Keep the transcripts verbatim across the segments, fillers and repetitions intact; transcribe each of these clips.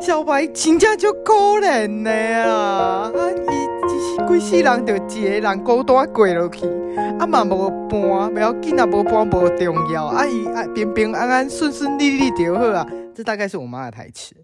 小白真正就可怜的啊！啊，伊规世人就一个人孤单过落去，啊嘛无伴，不要紧啊，无伴无重要，啊伊啊平平安安、顺顺利利就好啊。这大概是我妈的台词。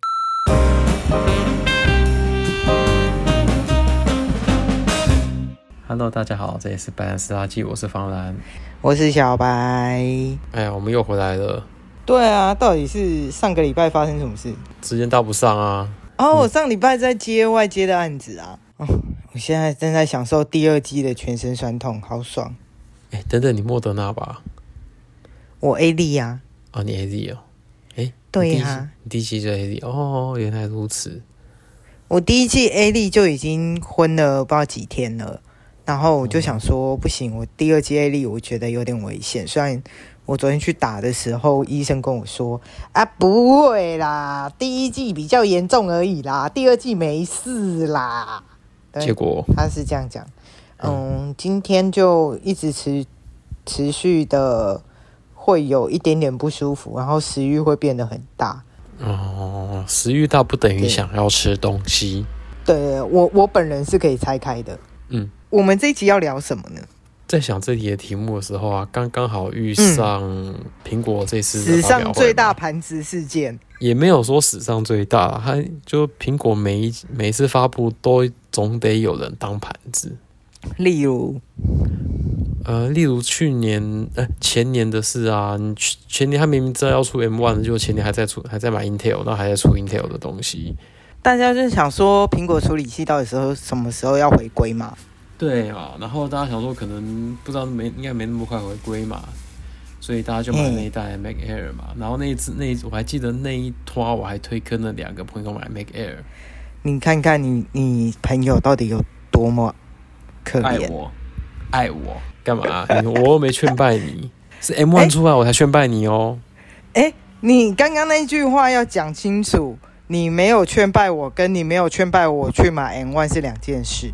Hello， 大家好，这里是白兰斯垃圾，我是方兰， 我是小白。 哎呀，我们又回来了。 对啊，到底是上个礼拜发生什么事？ 时间搭不上啊。 哦，我上礼拜在接外接的案子啊。哦，我现在正在享受第二季的全身酸痛，好爽。 哎，等等，你莫德纳吧？ 我 A 粒啊。 哦，你 A 粒哦。哎， 对呀、啊， 你第一季就 A 粒哦，原来如此。 我第一季 A 粒就已经昏了不知道几天了。然后我就想说，不行，我第二季 A 粒我觉得有点危险。虽然我昨天去打的时候，医生跟我说啊，不会啦，第一季比较严重而已啦，第二季没事啦。 结果他是这样讲，嗯，今天就一直持持续的会有一点点不舒服，然后食欲会变得很大。 哦，食欲大不等于想要吃东西。 对，我我本人是可以拆开的。 嗯。 我们这一集要聊什么呢？ 在想这题的题目的时候啊，刚刚好遇上苹果这次的史上最大盘子事件， 也没有说史上最大，它就苹果每一每一次发布都总得有人当盘子。 例如， 呃，例如去年呃前年的事啊，你前年他明明知道要出 M 一 的，结果前年还在出还在买 Intel， 然后还在出 Intel 的东西。 大家就想说，苹果处理器到底时候什么时候要回归嘛？ 对啊，然后大家想说可能不知道没应该没那么快回归嘛，所以大家就买那一代 Mac Air 嘛。然后那一次那一我还记得那一拖我还推坑了两个朋友买 Mac Air。 你看看你你朋友到底有多么可怜？ 爱我，爱我干嘛？我又没劝败你，是 M 一 出来我才劝败你哦。 哎、欸，你刚刚那句话要讲清楚，你没有劝败我，跟你没有劝败我去买 M 一 是两件事。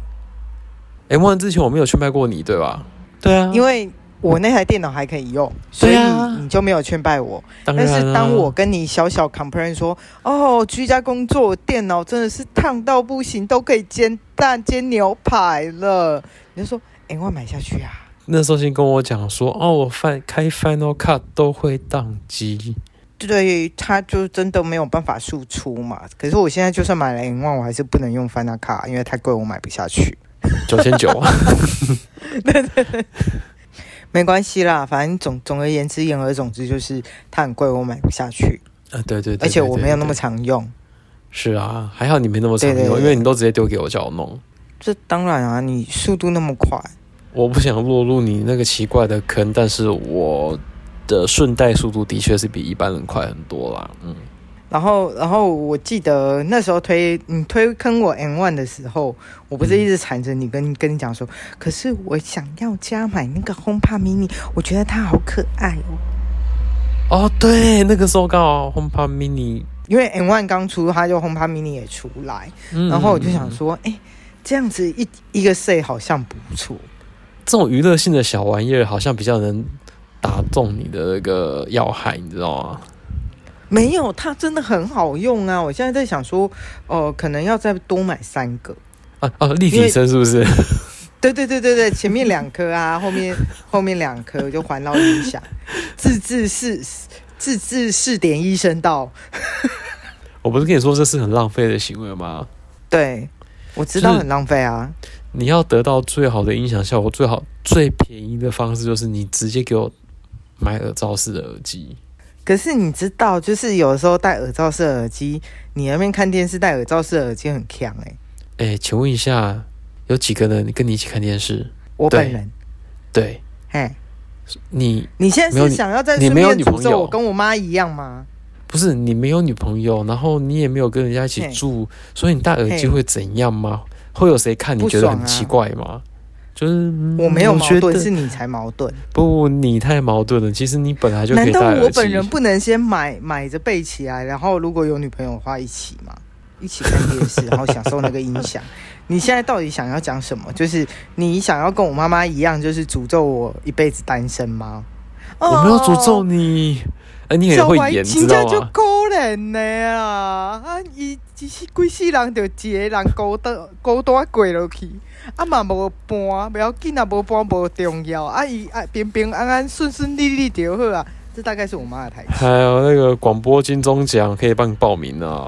M 一 之前我没有劝败过你，对吧？对啊， 因为我那台电脑还可以用，所以你就没有劝败我。 当然啊、 但是当我跟你小小 complain 说，哦，居家工作电脑真的是烫到不行，都可以煎蛋煎牛排了，你就说，哎、欸，我买下去啊。 那时候先跟我讲说，哦，我开 Final Cut 都会宕机。 对，他就真的没有办法输出嘛。可是我现在就算买了 M 一，我还是不能用 Final Cut， 因为太贵，我买不下去。 九千九啊！ 对对对，没关系啦，反正总总而言之，言而总之就是它很贵，我买不下去。 啊，对 对, 对, 对, 对, 对， 而且我没有那么常用。 是啊，还好你没那么常用， 对对对， 因为你都直接丢给我叫我弄。 这当然啊，你速度那么快， 我不想落入你那个奇怪的坑，但是我的顺带速度的确是比一般人快很多啦。嗯。 然后，然后我记得那时候推你推坑我 M 一 的时候，我不是一直缠着你跟、嗯、跟你讲说，可是我想要加买那个 HomePod Mini， 我觉得它好可爱哦。哦，对，那个时候刚好 HomePod Mini， 因为 M 一 刚出，它就 HomePod Mini 也出来，嗯、然后我就想说，哎，这样子一一个 set 好像不错。 这种娱乐性的小玩意儿，好像比较能打中你的那个要害，你知道吗？ 没有，它真的很好用啊！我现在在想说，哦、呃，可能要再多买三个啊啊！立体声是不是？ 对对对对对，前面两颗啊，后面后面两颗就环绕音响，自制式自制四点一声道。 我不是跟你说这是很浪费的行为吗？ 对，我知道很浪费啊。 你要得到最好的音响效果，最好最便宜的方式就是你直接给我买耳罩式的耳机。 可是你知道，就是有的时候戴耳罩式耳机，你那边看电视戴耳罩式耳机很强哎、欸。 哎、欸，请问一下，有几个人跟你一起看电视？ 我本人。 对。 嘿， 你你现在是想要在顺便诅咒我跟我妈一样吗？ 不是，你没有女朋友，然后你也没有跟人家一起住，所以你戴耳机会怎样吗？会有谁看你觉得很奇怪吗？就是、嗯、 我没有矛盾，是你才矛盾。 不，你太矛盾了。其实你本来就可以戴耳机。 难道我本人不能先买买着备起来，然后如果有女朋友的话一起吗？一起看电视，然后享受那个音响。你现在到底想要讲什么？就是你想要跟我妈妈一样，就是诅咒我一辈子单身吗？ 我没有诅咒你。哎、欸，你很会演，知道吗？ 就可怜的啊！啊，伊一一规世人就一个人孤单孤单过落去，啊嘛无伴，不要紧啊，无伴无重要，啊伊啊平平安安顺顺利利就好啊。这大概是我妈的台词。 还有那个广播金钟奖可以帮你报名啊。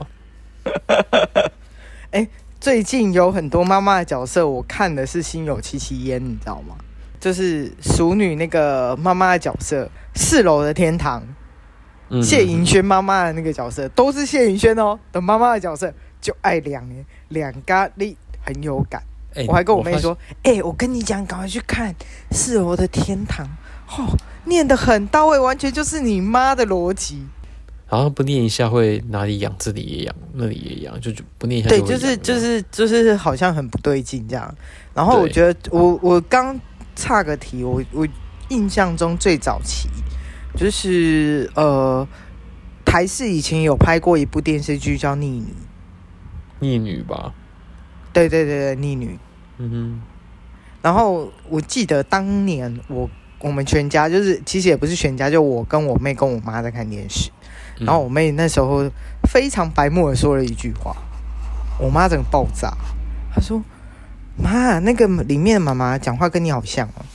哎、欸，最近有很多妈妈的角色，我看的是心有戚戚焉，你知道吗？就是淑女那个妈妈的角色，四楼的天堂，嗯、谢盈萱妈妈的那个角色，都是谢盈萱哦的妈妈的角色，就爱两两咖喱很有感。欸、我还跟我妹说，哎、欸，我跟你讲，赶快去看四楼的天堂，哦，念得很到位，完全就是你妈的逻辑。 好像不念一下会哪里痒，这里也痒，那里也痒，就不念一下就会痒。 对，就是就是就是好像很不对劲这样。然后我觉得我我刚岔个题，我我印象中最早期就是呃台视以前有拍过一部电视剧叫《逆女》， 逆女吧？ 对对对对，逆女。 嗯哼。 然后我记得当年我我们全家就是其实也不是全家，就我跟我妹跟我妈在看电视。然后我妹那时候非常白目的说了一句话，我妈整个爆炸。她说：“妈，那个里面的妈妈讲话跟你好像哦。”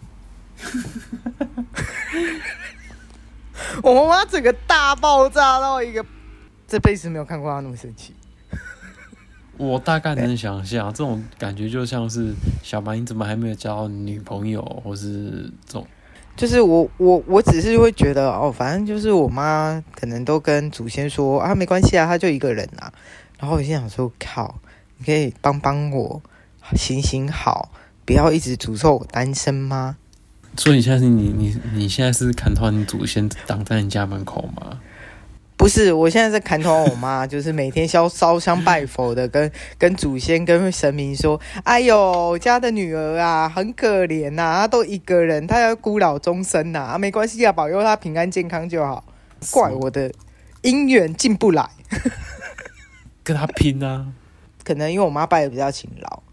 我妈整个大爆炸到一个，这辈子没有看过她那么生气。 我大概能想象，这种感觉就像是小白，你怎么还没有交女朋友，或是这种。 就是我我我只是会觉得哦，反正就是我妈可能都跟祖先说啊，没关系啊，她就一个人啊。然后我心想说，靠，你可以帮帮我行行好，不要一直诅咒我单身吗？ 所以现在是你你你现在是砍断你祖先挡在你家门口吗？ 不是，我现在在砍头我妈，就是每天烧烧香拜佛的，跟跟祖先、跟神明说：“哎呦，我家的女儿啊，很可怜呐、啊，她都一个人，她要孤老终生呐、啊，没关系啊，保佑她平安健康就好。”怪我的姻缘进不来， 跟她拼啊！ 可能因为我妈拜的比较勤劳。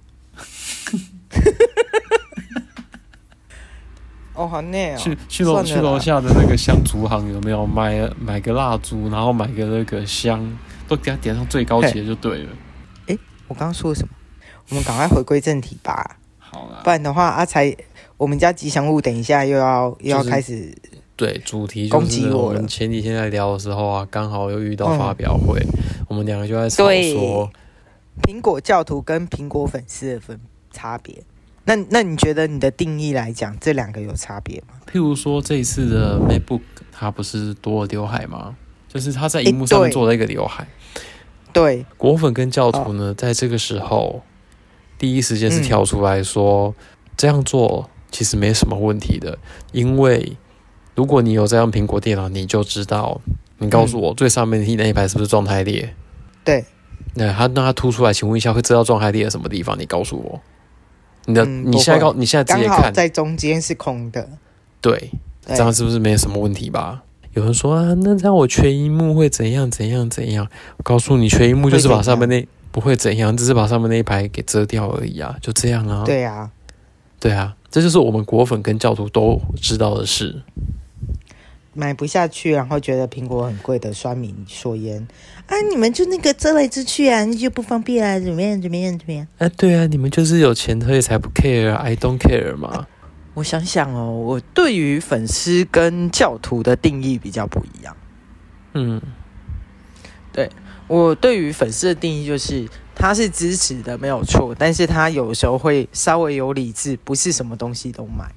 哦，好累哦！ 去去楼去楼下的那个香烛行有没有买买个蜡烛，然后买个那个香，都给它点上最高级的就对了。 哎，我刚刚说什么？我们赶快回归正题吧。 好啦， 不然的话，阿才我们家吉祥物等一下又要、就是、又要开始对主题就是我们前几天在聊的时候啊，刚好又遇到发表会，嗯、我们两个就在吵说苹果教徒跟苹果粉丝的分差别。那那你觉得你的定义来讲，这两个有差别吗？ 譬如说这一次的 MacBook， 它不是多了刘海吗？就是它在萤幕上面做了一个刘海。 对， 果粉跟教徒呢，哦、在这个时候第一时间是跳出来说，嗯、这样做其实没什么问题的，因为如果你有这样苹果电脑，你就知道，你告诉我、嗯、最上面的那一排是不是状态列？ 对， 那它让它凸出来，请问一下，会知道状态列在什么地方？你告诉我。你的、嗯、你现在告你现在直接看， 刚好在中间是空的， 对，这样是不是没什么问题吧？有人说啊，那这样我全萤幕会怎样怎样怎样？我告诉你，全萤幕就是把上面那不会怎样，只是把上面那一排给遮掉而已啊，就这样啊。 对啊， 对啊，这就是我们果粉跟教徒都知道的事。 买不下去，然后觉得苹果很贵的酸民说言啊，你们就那个遮来遮去啊，那就不方便啊，怎么样怎么样怎么样？ 啊，对啊，你们就是有钱所以才不 care，I don't care 嘛。 我想想哦，我对于粉丝跟教徒的定义比较不一样。 嗯， 对，我对于粉丝的定义就是他是支持的没有错，但是他有时候会稍微有理智，不是什么东西都买。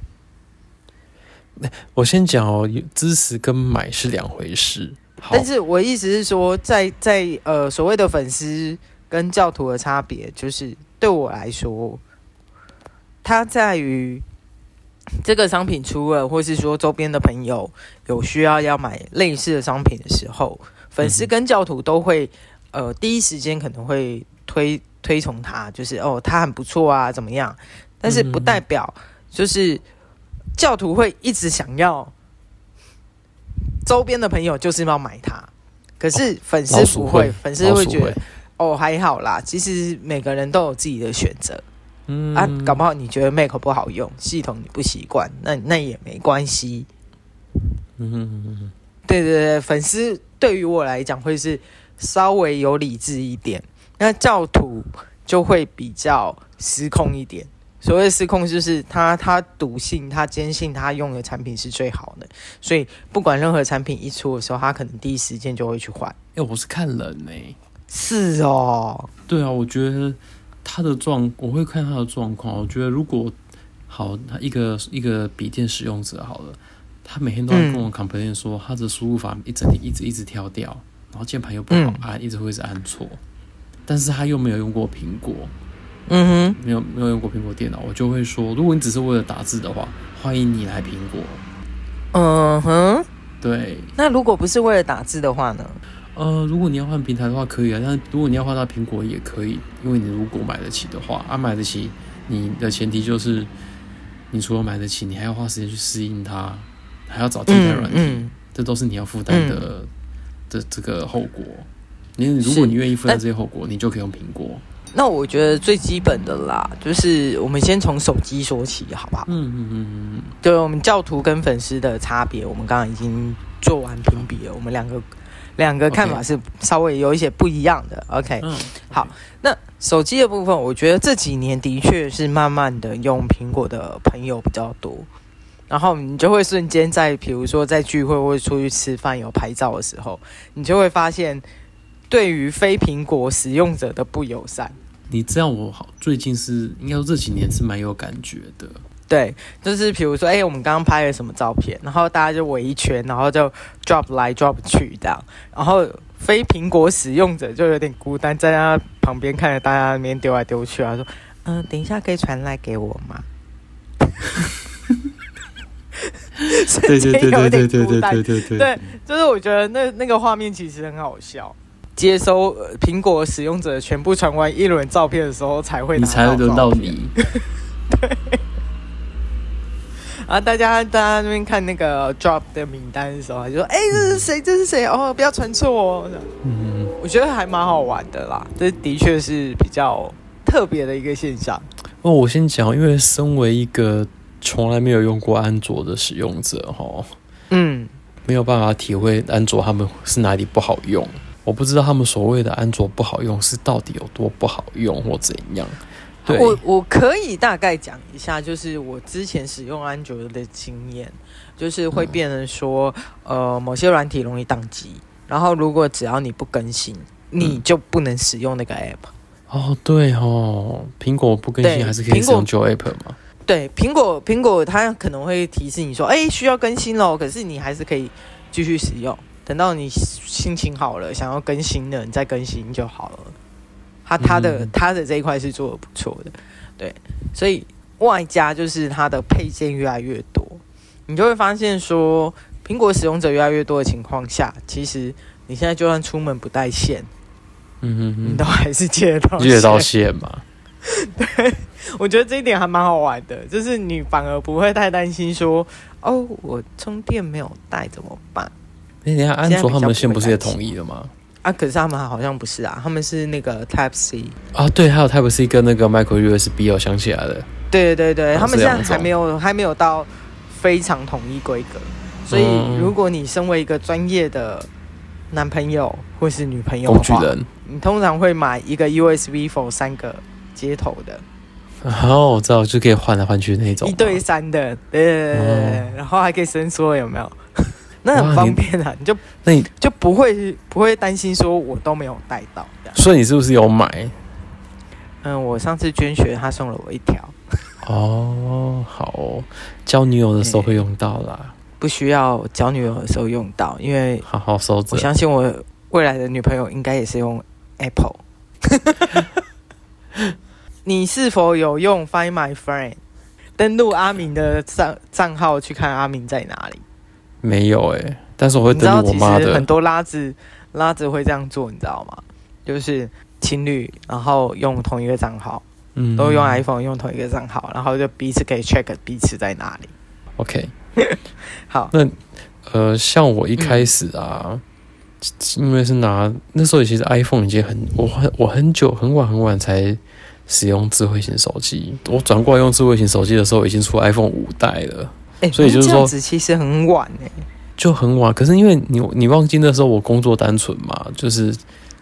我先讲哦，支持跟买是两回事。 但是我意思是说，在在呃所谓的粉丝跟教徒的差别，就是对我来说，它在于这个商品出了，或是说周边的朋友有需要要买类似的商品的时候，粉丝跟教徒都会呃第一时间可能会推推崇它，就是哦它很不错啊怎么样，但是不代表就是教徒会一直想要周边的朋友就是要买它，可是粉丝不会，哦、粉丝会觉得哦还好啦，其实每个人都有自己的选择。嗯啊，搞不好你觉得 Mac 不好用，系统你不习惯，那那也没关系。嗯哼哼哼，对对对，粉丝对于我来讲会是稍微有理智一点，那教徒就会比较失控一点。所谓的失控就是他他笃信他坚信他用的产品是最好的，所以不管任何产品一出的时候，他可能第一时间就会去换。 哎、欸，我是看人呢、欸。 是哦。 对啊，我觉得他的状，我会看他的状况。我觉得如果好，他一个一个笔电使用者好了，他每天都在跟我 complain 说，他的输入法一整天一直一直跳掉，然后键盘又不好按，嗯、一直会一直按错，但是他又没有用过苹果。嗯哼，没有没有用过苹果电脑，我就会说，如果你只是为了打字的话，欢迎你来苹果。 嗯哼， 对。 那如果不是为了打字的话呢？ 呃，如果你要换平台的话，可以啊。但如果你要换到苹果也可以，因为你如果买得起的话，啊，买得起，你的前提就是你除了买得起，你还要花时间去适应它，还要找替代软体，嗯嗯、这都是你要负担的、嗯、的这个后果。你如果你愿意负担这些后果，你就可以用苹果。 那我觉得最基本的啦，就是我们先从手机说起，好不好？嗯嗯嗯嗯。对，我们教徒跟粉丝的差别，我们刚刚已经做完评比了。我们两个两个看法是稍微有一些不一样的。OK，, 嗯 okay. 好，那手机的部分，我觉得这几年的确是慢慢的用苹果的朋友比较多，然后你就会瞬间在，比如说在聚会或者出去吃饭有拍照的时候，你就会发现对于非苹果使用者的不友善。 你这样我好，最近是应该说这几年是蛮有感觉的。 对，就是比如说，哎、欸，我们刚刚拍了什么照片，然后大家就围一圈，然后就 drop 来 drop 去这样，然后非苹果使用者就有点孤单，在他旁边看着大家那边丢来丢去啊，说，嗯、呃，等一下可以传来给我吗？ 对对对对对对对对对对， 对，就是我觉得那那个画面其实很好笑。接收苹果使用者全部传完一轮照片的时候，才会拿到照片，你才会轮到你。对。然后大家大家那边看那个 drop 的名单的时候，就说：“哎、欸，这是谁？这是谁？哦，不要传错哦。”嗯，我觉得还蛮好玩的啦，这的确是比较特别的一个现象。 哦，我先讲，因为身为一个从来没有用过安卓的使用者，哈，嗯，没有办法体会安卓他们是哪里不好用。我不知道他们所谓的安卓不好用是到底有多不好用或怎样。对， 我我可以大概讲一下，就是我之前使用安卓的经验，就是会变成说，嗯、呃，某些软体容易宕机，然后如果只要你不更新，你就不能使用那个 app。 哦，对哦，苹果不更新还是可以使用旧 app 吗？ 对，苹果苹果它可能会提示你说，哎，需要更新咯，可是你还是可以继续使用。等到你心情好了，想要更新了，你再更新就好了。它它的、嗯、它的这一块是做得不错的，对，所以外加就是它的配件越来越多，你就会发现说，苹果使用者越来越多的情况下，其实你现在就算出门不带线，嗯哼哼，你都还是接得到线，接得到线嘛。 对，我觉得这一点还蛮好玩的，就是你反而不会太担心说，哦，我充电没有带怎么办？ 哎，等一下，安卓他们的线不是也统一了吗？ 啊，可是他们好像不是啊，他们是那个 Type C 啊，对，还有 Type C 跟那个 Micro U S B， 我想起来了。 对对对，他们现在还没有还没有到非常统一规格，所以如果你身为一个专业的男朋友或是女朋友的话，工具人，你通常会买一个 U S B for 三个接头的。 哦，我知道，就可以换来换去那种， 一对三的，对对对对、哦，然后还可以伸缩，有没有？那很方便啊，你, 你就那你就不会不会担心说我都没有带到。 所以你是不是有买？ 嗯，我上次捐血，他送了我一条。 哦，好哦，交女友的时候会用到啦。 不需要交女友的时候用到，因为好好收着。 我相信我未来的女朋友应该也是用 Apple。你是否有用 Find My Friend 登录阿明的账账号去看阿明在哪里？ 没有哎、欸，但是我会登录我妈的。 你知道其实很多拉子拉子会这样做，你知道吗？就是情侣，然后用同一个账号，嗯，都用 iPhone 用同一个账号，然后就彼此可以 check 彼此在哪里。 OK， 好， 那呃，像我一开始啊，嗯、因为是拿那时候其实 iPhone 已经很我很我很久很晚很晚才使用智慧型手机，我转过来用智慧型手机的时候已经出 iPhone 五代了。 欸、所以就是说，这样子其实很晚哎、欸， 就很晚。可是因为你你忘记那时候我工作单纯嘛，就是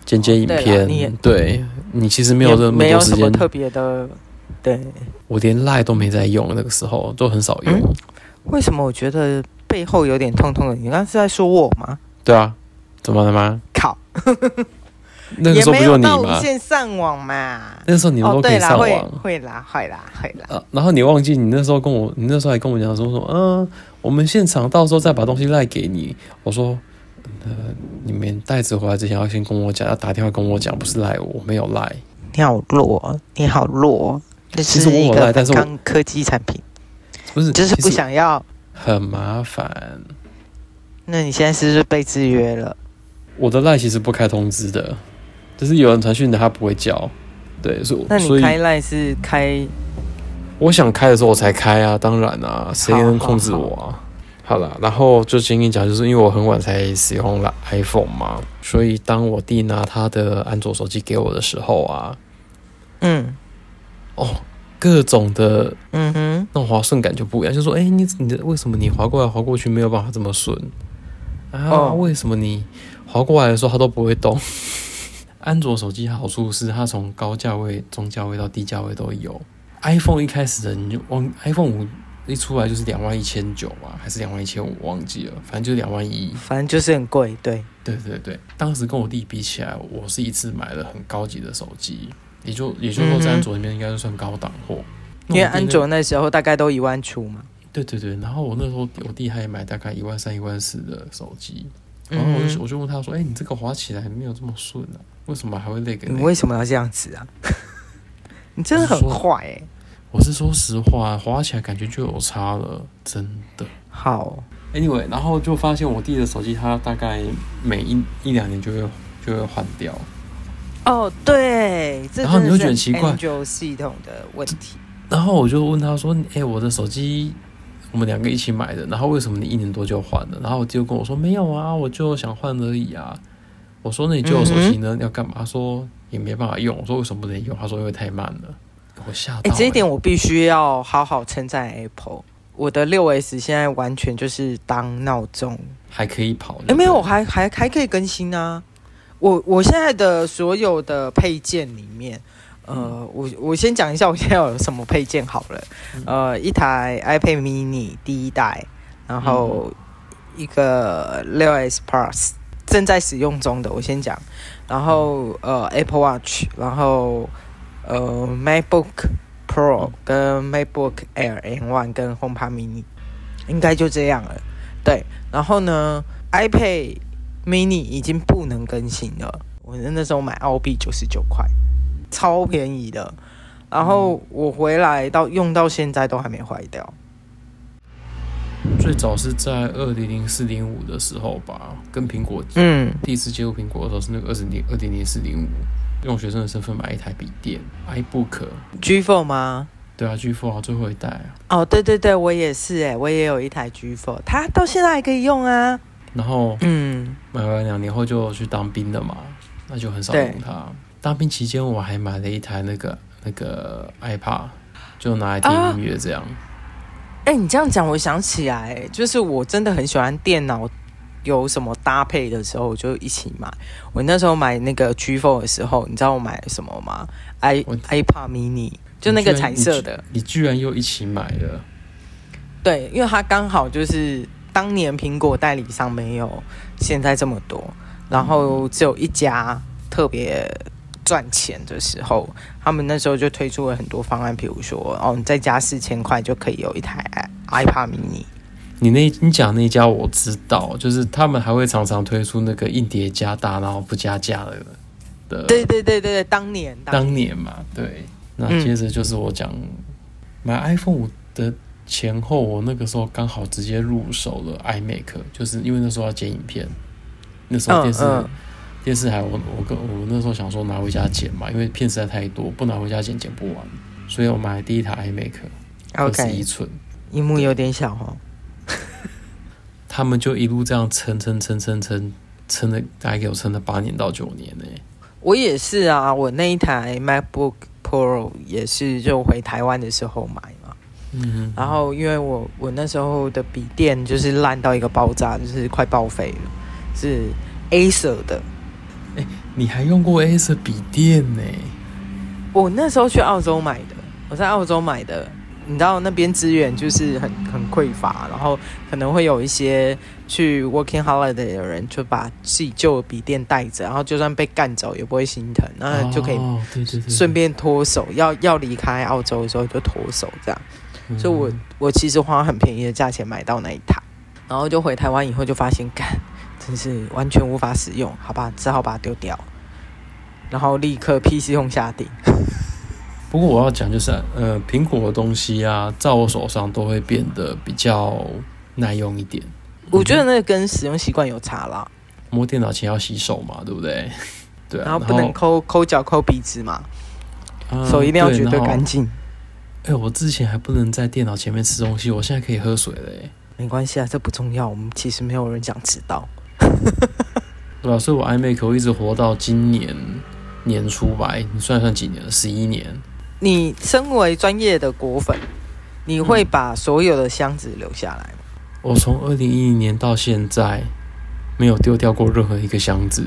剪接影片， 哦、对, 你对你其实没有这么多时间， 特别的，对我连 Line 都没在用，那个时候都很少用。嗯、 为什么我觉得背后有点痛痛的？你刚刚是在说我吗？ 对啊，怎么了吗？ 靠！ 那个时候不就你吗？ 也没有到无线上网嘛。 那时候你们都可以上网， 哦、会啦，会啦，会啦。 啊、然后你忘记你那时候跟我，你那时候还跟我讲说说，嗯、呃，我们现场到时候再把东西赖给你。我说，呃，你们带着回来之前要先跟我讲，要打电话跟我讲，不是赖我，我没有赖。 你好弱，你好弱。这是一个刚科技产品， 不是， 就是不想要， 很麻烦。 那你现在是不是被制约了？ 我的赖其实不开通知的。就是有人传讯的，他不会叫，对，所以那你开赖是开？ 我想开的时候我才开啊，当然啊，谁能控制我啊？好了，然后就先跟你讲，就是因为我很晚才使用了 iPhone 嘛，所以当我弟拿他的安卓手机给我的时候啊，嗯，哦，各种的，嗯哼，那种滑顺感就不一样，就说，哎、欸，你你的为什么你滑过来滑过去没有办法这么顺啊？哦、为什么你滑过来的时候它都不会动？安卓手机好处是它从高价位、中价位到低价位都有。iPhone 一开始的你就忘 ，iPhone 五一出来就是两万一千九嘛，还是两万一千五，忘记了，反正就是两万一， 反正就是很贵，对， 对对对。当时跟我弟比起来，我是一次买了很高级的手机，也就也就是说在安卓里面应该算高档货、 嗯，因为安卓那时候大概都一万出嘛。 对对对，然后我那时候我弟还买大概一万三、一万四的手机。然后我就我就问他说：“哎、欸，你这个滑起来没有这么顺啊？为什么还会累个？ 你为什么要这样子啊？你真的很坏哎、欸！ 我是说实话，滑起来感觉就有差了，真的。 好 ，anyway， 然后就发现我弟的手机，他大概每一一两年就会就会换掉。 哦，对，这然后你会觉得很奇怪， 安卓系统的问题。 然后我就问他说：“哎、欸，我的手机。”我们两个一起买的，然后为什么你一年多就换了？然后我弟就跟我说没有啊，我就想换而已啊。我说那你旧的手机呢？嗯、要干嘛？他说也没办法用。我说为什么不能用？他说因为太慢了。我吓到、欸。哎、 欸，这一点我必须要好好称赞 Apple。我的六 S 现在完全就是当闹钟， 还可以跑。哎、 欸，没有，我还还还可以更新啊。我我现在的所有的配件里面。呃，我我先讲一下我现在有什么配件好了。呃，一台 iPad mini 第一代，然后一个六 S Plus 正在使用中的，我先讲。然后呃 Apple Watch， 然后呃 MacBook Pro 跟 MacBook Air M 一 跟 HomePod mini， 应该就这样了。对，然后呢 iPad mini 已经不能更新了，我那时候买澳币九十九块。超便宜的，然后我回来到用到现在都还没坏掉。 最早是在二零零四零五的时候吧，跟苹果嗯第一次接触苹果的时候是那个二零零二零零四零五，用学生的身份买一台笔电 iBook G 四 吗？ 对啊 G 四 啊，最后一代啊。 哦，对对对，我也是哎，我也有一台 G 四，它到现在还可以用啊。 然后嗯，买完两年后就去当兵了嘛，那就很少用它。当兵期间，我还买了一台那个那个 iPad， 就拿来听音乐这样。 哎、啊欸，你这样讲，我想起来，就是我真的很喜欢电脑有什么搭配的时候，我就一起买。我那时候买那个 G 四 的时候，你知道我买了什么吗 ？i iPad mini， 就那个彩色的。 你, 你, 你居然又一起买了？ 对，因为它刚好就是当年苹果代理商没有现在这么多，然后只有一家特别。赚钱的时候，他们那时候就推出了很多方案，比如说，哦，你再加四千块就可以有一台 iPad mini。 你那，你讲那家我知道，就是他们还会常常推出那个硬碟加大，然后不加价的。的对对对对对，当年当 年, 当年嘛，对。那接着就是我讲、嗯、买 iPhone 五的前后，我那个时候刚好直接入手了 iMac， 就是因为那时候要剪影片，那时候电视。嗯嗯电视台我我跟我那时候想说拿回家剪嘛，因为片实在太多，不拿回家剪剪不完，所以我买了第一台 iMac， 二十一寸， 萤幕有点小哦。 他们就一路这样撑撑撑撑撑撑了，大概给我撑了八年到九年呢、欸。 我也是啊，我那一台 MacBook Pro 也是就回台湾的时候买嘛，嗯，然后因为我我那时候的笔电就是烂到一个爆炸，就是快报废了，是 Acer 的。 欸、 你还用过 Acer 笔电呢？ 我那时候去澳洲买的，我在澳洲买的。你知道那边资源就是很很匮乏，然后可能会有一些去 working holiday 的人就把自己旧的笔电带着，然后就算被干走也不会心疼，那就可以顺便脱手，要要离开澳洲的时候就脱手这样。嗯、所以我我其实花很便宜的价钱买到那一台，然后就回台湾以后就发现，干真是完全无法使用，好吧，只好把它丢掉，然后立刻 P C 用下定。 不过我要讲就是，呃，苹果的东西啊，在我手上都会变得比较耐用一点。 我觉得那个跟使用习惯有差啦。 摸电脑前要洗手嘛，对不对？对啊。 然后不能抠抠脚、抠鼻子嘛，嗯、手一定要绝对干净。 哎、欸，我之前还不能在电脑前面吃东西，我现在可以喝水了哎。 没关系啊，这不重要，我们其实没有人想知道。 对啊，所以我 iMac 我一直活到今年年初吧，你算算几年了？十一年。 你身为专业的果粉，你会把所有的箱子留下来吗？ 我从二零一零年到现在，没有丢掉过任何一个箱子。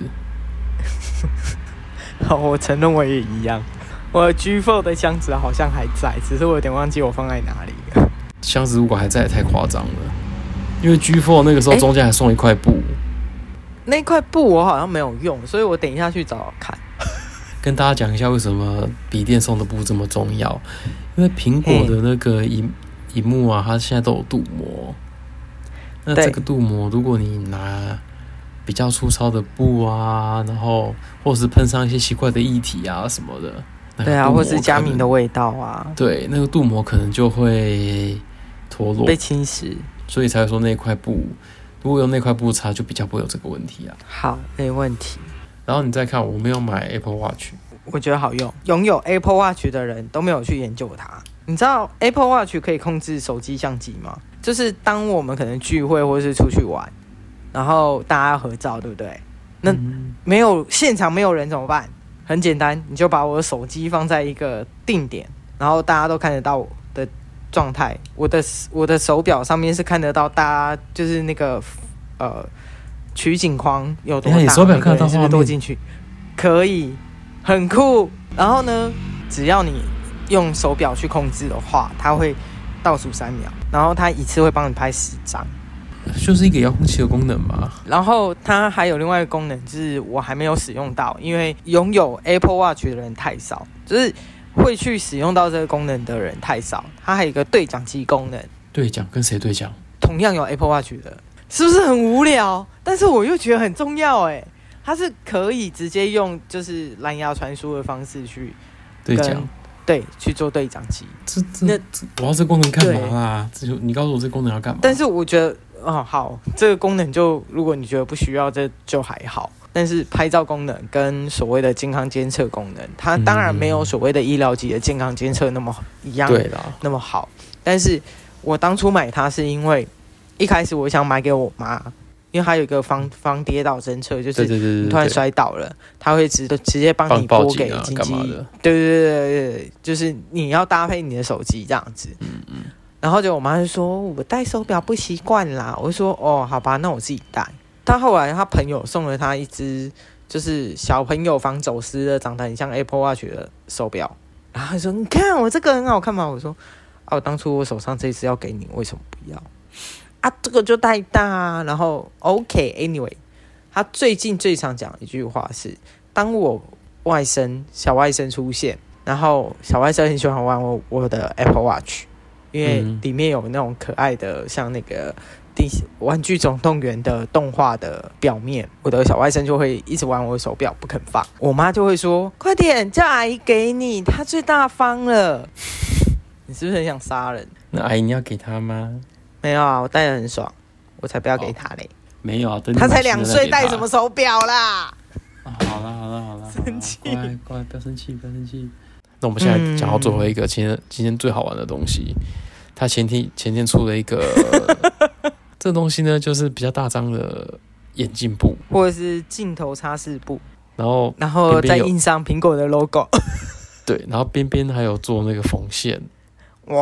好，我承认我也一样。我的 G 四 的箱子好像还在，只是我有点忘记我放在哪里了。 箱子如果还在，也太夸张了。因为 G 四 那个时候中间还送一块布、欸， 那块布我好像没有用，所以我等一下去找找看。 跟大家讲一下为什么笔电送的布这么重要，因为苹果的那个荧荧幕啊，它现在都有镀膜。那这个镀膜，如果你拿比较粗糙的布啊，然后或是喷上一些奇怪的液体啊什么的，那个、 对啊，或是加明的味道啊， 对，那个镀膜可能就会脱落、 被侵蚀， 所以才会说那块布，如果用那块布擦，就比较不会有这个问题啊。 好，没问题。 然后你再看，我没有买 Apple Watch， 我觉得好用。拥有 Apple Watch 的人都没有去研究它。你知道 Apple Watch 可以控制手机相机吗？就是当我们可能聚会或是出去玩，然后大家要合照，对不对？那没有现场没有人怎么办？很简单，你就把我的手机放在一个定点，然后大家都看得到我的状态。我的我的手表上面是看得到大家就是那个呃。取景框有多大？你手表看得到画面， 多进去，可以，很酷。然后呢，只要你用手表去控制的话，它会倒数三秒，然后它一次会帮你拍十张， 就是一个遥控器的功能嘛。 然后它还有另外一个功能，就是我还没有使用到，因为拥有 Apple Watch 的人太少，就是会去使用到这个功能的人太少。它还有一个对讲机功能， 对讲跟谁对讲？ 同样有 Apple Watch 的。是不是很无聊？但是我又觉得很重要哎，它是可以直接用就是蓝牙传输的方式去对讲， 对，去做对讲机。 这这那我要这功能干嘛啦？你告诉我这功能要干嘛？ 但是我觉得哦，好，这个功能就如果你觉得不需要，这就还好。但是拍照功能跟所谓的健康监测功能，它当然没有所谓的医疗级的健康监测那么一样， 对啦， 那么好。但是我当初买它是因为。一开始我想买给我妈，因为它有一个防防跌倒侦测，就是你突然摔倒了，它会直直接帮你拨给紧急。对对对对对，就是你要搭配你的手机这样子。嗯嗯。然后就我妈就说：“我戴手表不习惯啦。”我就说：“哦，好吧，那我自己戴。”但后来他朋友送了他一只，就是小朋友防走失的，长得很像 Apple Watch 的手表。然后他说：“你看我这个很好看吗？”我说：“啊，我当初我手上这只要给你，为什么不要？”啊，这个就太大啊。然后 OK，Anyway，、okay, 他最近最常讲一句话是：当我外甥小外甥出现，然后小外甥很喜欢玩我我的 Apple Watch， 因为里面有那种可爱的，像那个《玩具总动员》的动画的表面，我的小外甥就会一直玩我的手表不肯放。我妈就会说：快点叫阿姨给你，她最大方了。你是不是很想杀人？ 那阿姨你要给她吗？ 没有啊，我戴得很爽，我才不要给他嘞、哦。 没有啊， 他才两岁，戴什么手表啦？ 啊、好啦好啦好啦， 生气， 乖乖，不要生气，不要生气。那我们现在讲到最后一个，今天今天最好玩的东西，他前天前天出了一个，这个东西呢，就是比较大张的眼镜布， 或者是镜头擦拭布， 然后然后再印上苹果的 logo， 对，然后边边还有做那个缝线， 哇。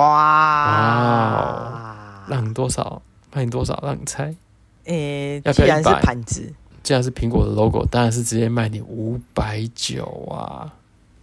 哇让你多少？卖你多少？让你猜。 诶、欸，既然是盘子， 既然是苹果的 logo， 当然是直接卖你五百九啊！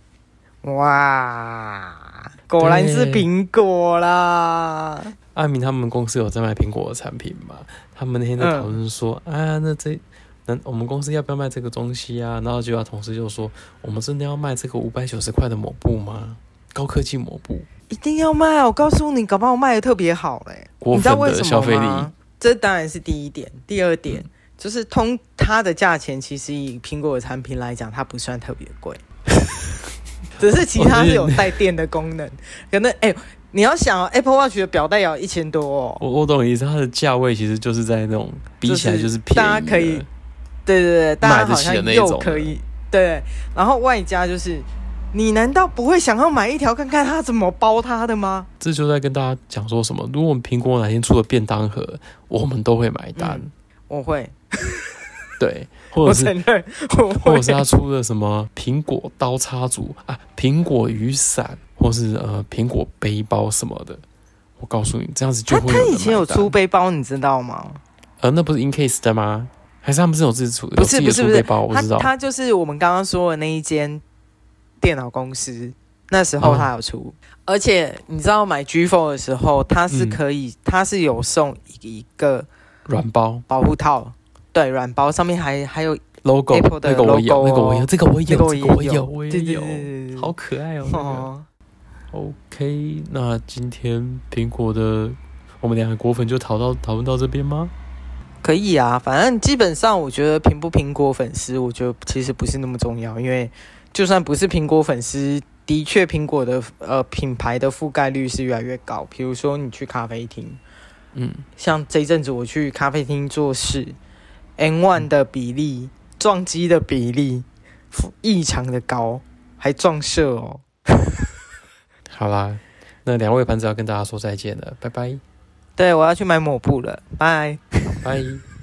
哇，果然是苹果啦！ 阿明他们公司有在卖苹果的产品嘛？他们那天在讨论说、嗯、啊，那这那我们公司要不要卖这个东西啊？然后就有同事就说，我们真的要卖这个五百九十块的抹布吗？高科技抹布一定要卖！我告诉你，搞不好卖的特别好嘞、欸。 果粉的消费力， 这当然是第一点。第二点、嗯、就是通它的价钱，其实以苹果的产品来讲，它不算特别贵。只是其他是有带电的功能，可能哎、欸，你要想、哦、Apple Watch 的表带也要一千多哦。 我我懂你意思，它的价位其实就是在那种比起来就是便宜的， 大家可以，对对对，大家好像又可以对，然后外加就是，你难道不会想要买一条看看它怎么包它的吗？ 这就在跟大家讲说什么？如果我们苹果哪天出了便当盒，我们都会买单。 嗯、我会。 对，或者是我承认我或者是他出的什么苹果刀叉组啊，苹果雨伞，或是呃苹果背包什么的，我告诉你，这样子就会有人买单。 他他以前有出背包，你知道吗？ 呃，那不是 InCase 的吗？还是他们是有自己出？ 不是不是不是， 我知道， 他他就是我们刚刚说的那一间电脑公司，那时候他有出，哦、而且你知道买 G Fold 的时候，它是可以，它、嗯、是有送一个软包保护套。对，软包上面还还有 logo， Apple 的 logo， 那个我有， 那个我有，这个我有，这个我有，我也有， 对对对， 好可爱哦。 哦那個、OK， 那今天苹果的我们两个果粉就讨到讨论到这边吗？ 可以啊，反正基本上我觉得苹不苹果粉丝，我觉得其实不是那么重要，因为就算不是苹果粉丝，的确苹果的呃品牌的覆盖率是越来越高。比如说你去咖啡厅，嗯，像这一阵子我去咖啡厅做事。N 一 的比例、撞击的比例异常的高，还撞射哦。 好啦，那两位盘子要跟大家说再见了，拜拜。 对，我要去买抹布了，拜拜。